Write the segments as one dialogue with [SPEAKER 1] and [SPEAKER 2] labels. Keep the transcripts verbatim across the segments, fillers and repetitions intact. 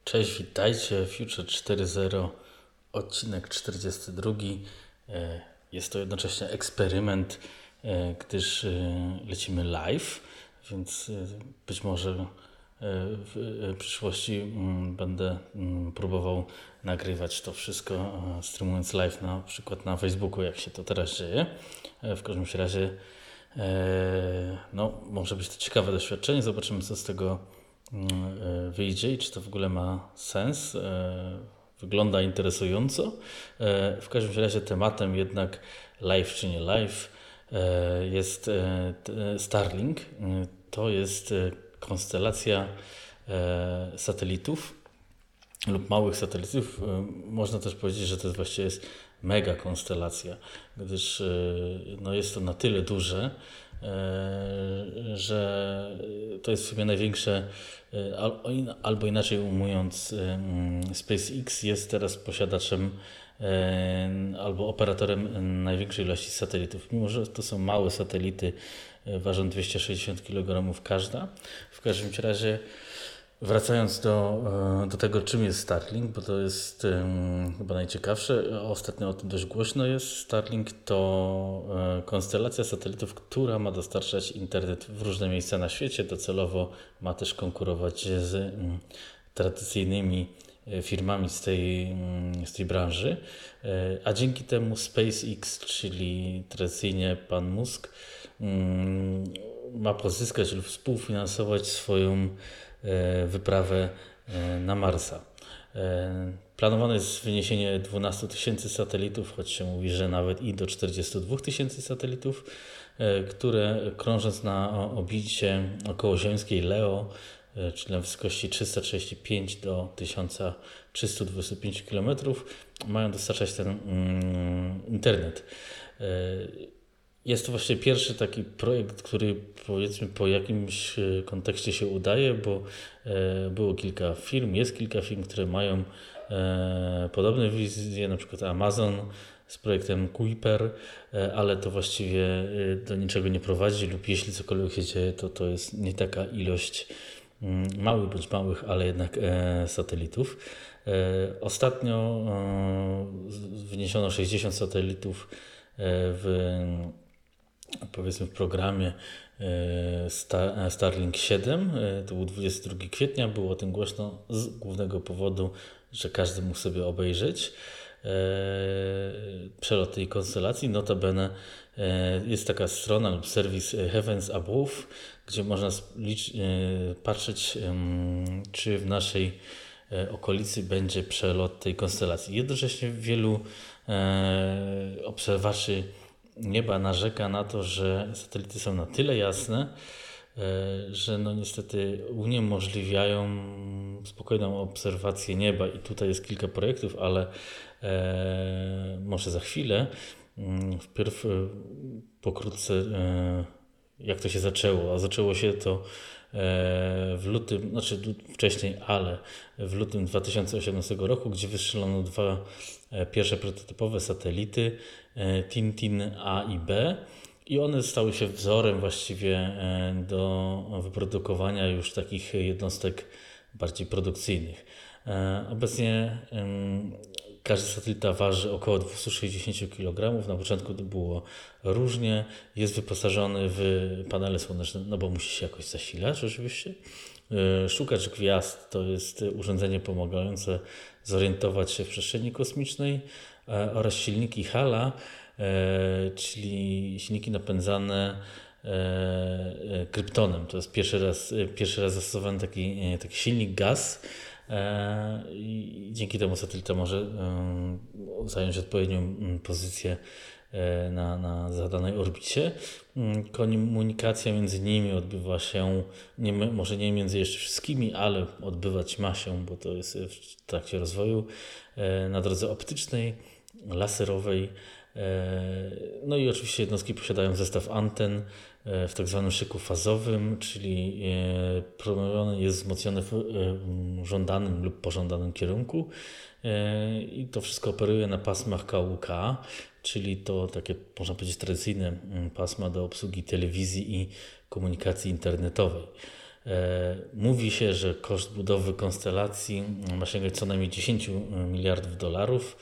[SPEAKER 1] Cześć, witajcie. Future cztery zero, odcinek czterdziesty drugi. E, Jest to jednocześnie eksperyment, e, gdyż e, lecimy live, więc e, być może e, w e, przyszłości mm, będę mm, próbował nagrywać to wszystko, e, streamując live na przykład na Facebooku, jak się to teraz dzieje. E, W każdym razie e, no, może być to ciekawe doświadczenie. Zobaczymy, co z tego mm, e, wyjdzie i czy to w ogóle ma sens. E, Wygląda interesująco. E, W każdym razie tematem jednak live czy nie live e, jest e, t- Starlink. E, To jest e, konstelacja e, satelitów lub małych satelitów. E, Można też powiedzieć, że to jest właściwie jest mega konstelacja, gdyż e, no jest to na tyle duże, e, że to jest w sumie największe, e, al- o in- albo inaczej ujmując, e, mm, SpaceX jest teraz posiadaczem e, albo operatorem największej ilości satelitów. Mimo że to są małe satelity, e, ważą dwieście sześćdziesiąt kilogramów każda. W każdym razie wracając do, e, do tego, czym jest Starlink, bo to jest em, chyba najciekawsze, ostatnio o tym dość głośno jest. Starlink to e, konstelacja satelitów, która ma dostarczać internet w różne miejsca na świecie. Docelowo ma też konkurować z mm, tradycyjnymi e, firmami z tej, mm, z tej branży, E, a dzięki temu SpaceX, czyli tradycyjnie pan Musk, mm, ma pozyskać lub współfinansować swoją e, wyprawę e, na Marsa. E, Planowane jest wyniesienie dwanaście tysięcy satelitów, choć się mówi, że nawet i do czterdzieści dwa tysięcy satelitów, e, które krążąc na o- orbicie okołoziemskiej LEO, e, czyli na wysokości trzysta trzydzieści pięć do tysiąc trzysta dwadzieścia pięć kilometrów, mają dostarczać ten mm, internet. E, Jest to właśnie pierwszy taki projekt, który powiedzmy po jakimś e, kontekście się udaje, bo e, było kilka firm, jest kilka firm, które mają e, podobne wizje, na przykład Amazon z projektem Kuiper, e, ale to właściwie e, do niczego nie prowadzi lub jeśli cokolwiek się dzieje, to to jest nie taka ilość mm, małych bądź małych, ale jednak e, satelitów. E, Ostatnio e, z- wyniesiono sześćdziesiąt satelitów e, w powiedzmy w programie e, Sta- Starlink siedem. E, To był dwudziestego drugiego kwietnia, było o tym głośno z głównego powodu, że każdy mógł sobie obejrzeć e, przelot tej konstelacji. Notabene e, jest taka strona lub serwis e, Heavens Above, gdzie można licz- e, patrzeć, em, czy w naszej e, okolicy będzie przelot tej konstelacji. Jednocześnie wielu e, obserwaczy nieba narzeka na to, że satelity są na tyle jasne, e, że no niestety uniemożliwiają spokojną obserwację nieba i tutaj jest kilka projektów, ale e, może za chwilę. Mm, Wpierw e, pokrótce e, jak to się zaczęło, a zaczęło się to e, w lutym, znaczy du- wcześniej, ale w lutym dwa tysiące osiemnastego roku, gdzie wystrzelono dwa e, pierwsze prototypowe satelity e, Tintin A i B i one stały się wzorem właściwie e, do wyprodukowania już takich jednostek bardziej produkcyjnych. E, Obecnie em, każdy satelita waży około dwieście sześćdziesiąt kilogramów. Na początku to było różnie. Jest wyposażony w panele słoneczne, no bo musi się jakoś zasilać oczywiście. E, Szukacz gwiazd to jest urządzenie pomagające zorientować się w przestrzeni kosmicznej e, oraz silniki Hala, e, czyli silniki napędzane e, e, kryptonem. To jest pierwszy raz, e, pierwszy raz zastosowany taki, e, taki silnik gaz. E, I dzięki temu satelita może e, zająć odpowiednią mm, pozycję e, na, na zadanej orbicie. Mm, Komunikacja między nimi odbywa się, nie, może nie między jeszcze wszystkimi, ale odbywać ma się, bo to jest w trakcie rozwoju, e, na drodze optycznej, laserowej. E, No i oczywiście jednostki posiadają zestaw anten e, w tak zwanym szyku fazowym, czyli e, promieniowanie jest wzmocnione w e, żądanym lub pożądanym kierunku E, i to wszystko operuje na pasmach K U K, czyli to takie, można powiedzieć, tradycyjne mm, pasma do obsługi telewizji i komunikacji internetowej. Mówi się, że koszt budowy konstelacji ma sięgać co najmniej dziesięć miliardów dolarów.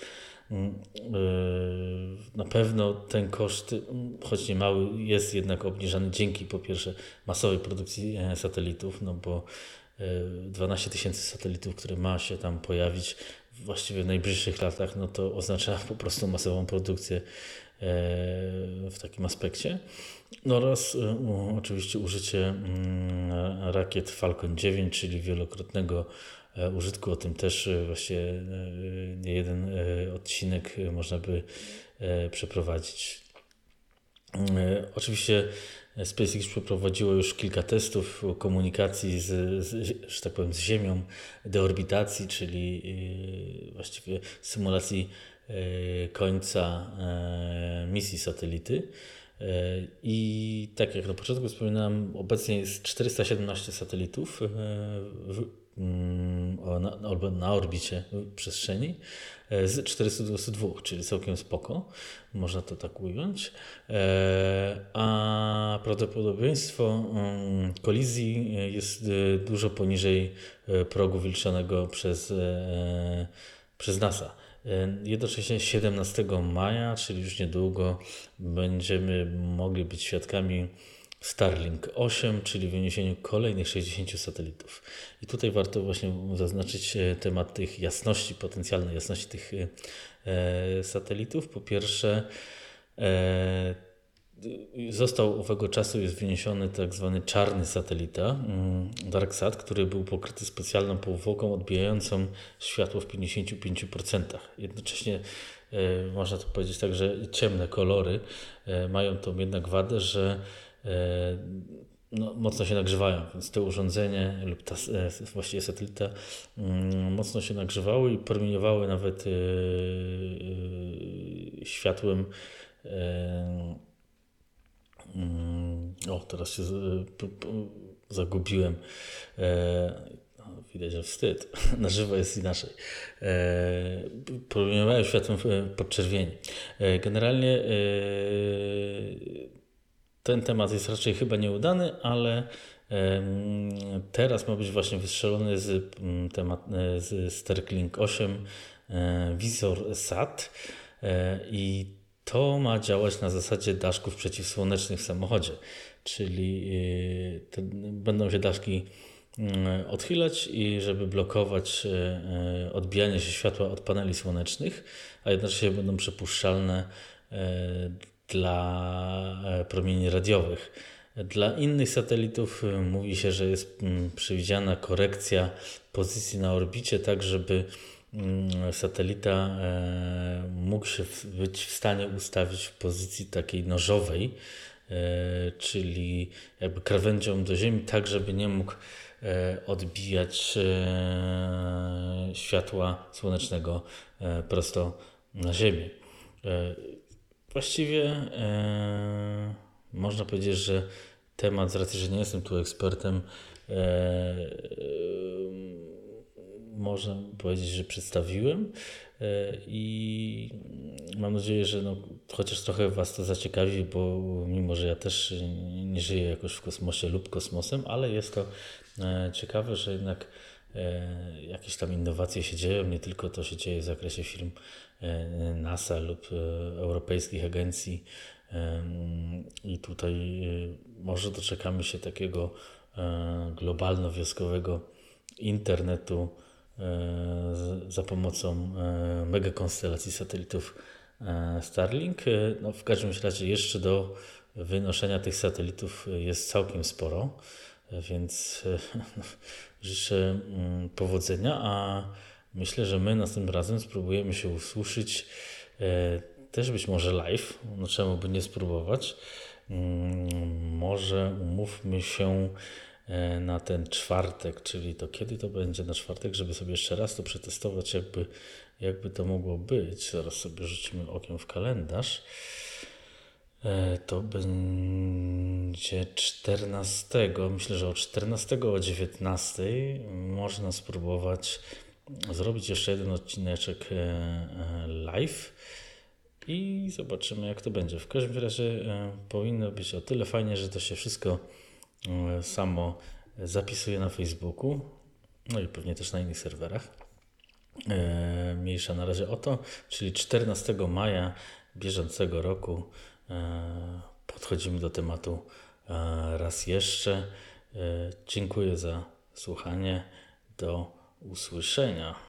[SPEAKER 1] Na pewno ten koszt, choć nie mały, jest jednak obniżany dzięki po pierwsze masowej produkcji satelitów, no bo dwanaście tysięcy satelitów, które ma się tam pojawić właściwie w najbliższych latach, no to oznacza po prostu masową produkcję w takim aspekcie. No oraz u, oczywiście użycie mm, rakiet Falcon dziewięć, czyli wielokrotnego e, użytku. O tym też e, właśnie e, nie jeden e, odcinek można by e, przeprowadzić. E, oczywiście SpaceX przeprowadziło już kilka testów komunikacji z, z, że tak powiem, z Ziemią, deorbitacji, czyli e, właściwie symulacji e, końca e, misji satelity. I tak jak na początku wspominałem, obecnie jest czterysta siedemnaście satelitów w, na, na orbicie przestrzeni z czterysta dwadzieścia dwa, czyli całkiem spoko, można to tak ująć. A prawdopodobieństwo kolizji jest dużo poniżej progu wyliczonego przez, przez NASA. Jednocześnie siedemnastego maja, czyli już niedługo, będziemy mogli być świadkami Starlink osiem, czyli wyniesieniu kolejnych sześćdziesięciu satelitów. I tutaj warto właśnie zaznaczyć temat tych jasności, potencjalnej jasności tych e, satelitów. Po pierwsze, e, został owego czasu jest wyniesiony tak zwany czarny satelita, DarkSat, który był pokryty specjalną powłoką odbijającą światło w pięćdziesięciu pięciu procentach. Jednocześnie e, można to powiedzieć tak, że ciemne kolory e, mają tą jednak wadę, że e, no, mocno się nagrzewają, więc to urządzenie lub ta e, właściwie satelita mm, mocno się nagrzewały i promieniowały nawet e, e, światłem e, O, teraz się zagubiłem. Widać, że wstyd. Na żywo jest inaczej. Promieniowały światłem podczerwieni. Generalnie ten temat jest raczej chyba nieudany, ale teraz ma być właśnie wystrzelony z, temat, z Starlink osiem WizorSat i to ma działać na zasadzie daszków przeciwsłonecznych w samochodzie, czyli te, będą się daszki odchylać i żeby blokować odbijanie się światła od paneli słonecznych, a jednocześnie będą przepuszczalne dla promieni radiowych. Dla innych satelitów mówi się, że jest przewidziana korekcja pozycji na orbicie, tak żeby satelita mógł się być w stanie ustawić w pozycji takiej nożowej, czyli jakby krawędzią do Ziemi, tak żeby nie mógł odbijać światła słonecznego prosto na Ziemię. Właściwie można powiedzieć, że temat, z racji, że nie jestem tu ekspertem, można powiedzieć, że przedstawiłem i mam nadzieję, że no, chociaż trochę Was to zaciekawi, bo mimo, że ja też nie żyję jakoś w kosmosie lub kosmosem, ale jest to ciekawe, że jednak jakieś tam innowacje się dzieją, nie tylko to się dzieje w zakresie firm NASA lub europejskich agencji i tutaj może doczekamy się takiego globalno-wioskowego internetu za pomocą megakonstelacji satelitów Starlink. No, w każdym razie jeszcze do wynoszenia tych satelitów jest całkiem sporo, więc życzę powodzenia, a myślę, że my następnym razem spróbujemy się usłyszeć też być może live, no czemu by nie spróbować. Może umówmy się na ten czwartek, czyli to kiedy to będzie na czwartek, żeby sobie jeszcze raz to przetestować, jakby, jakby to mogło być. Zaraz sobie rzucimy okiem w kalendarz. To będzie czternastego. Myślę, że o czternastego o dziewiętnastej można spróbować zrobić jeszcze jeden odcineczek live i zobaczymy, jak to będzie. W każdym razie powinno być o tyle fajnie, że to się wszystko samo zapisuję na Facebooku, no i pewnie też na innych serwerach. E, mniejsza na razie o to, czyli czternastego maja bieżącego roku e, podchodzimy do tematu e, raz jeszcze. E, dziękuję za słuchanie. Do usłyszenia.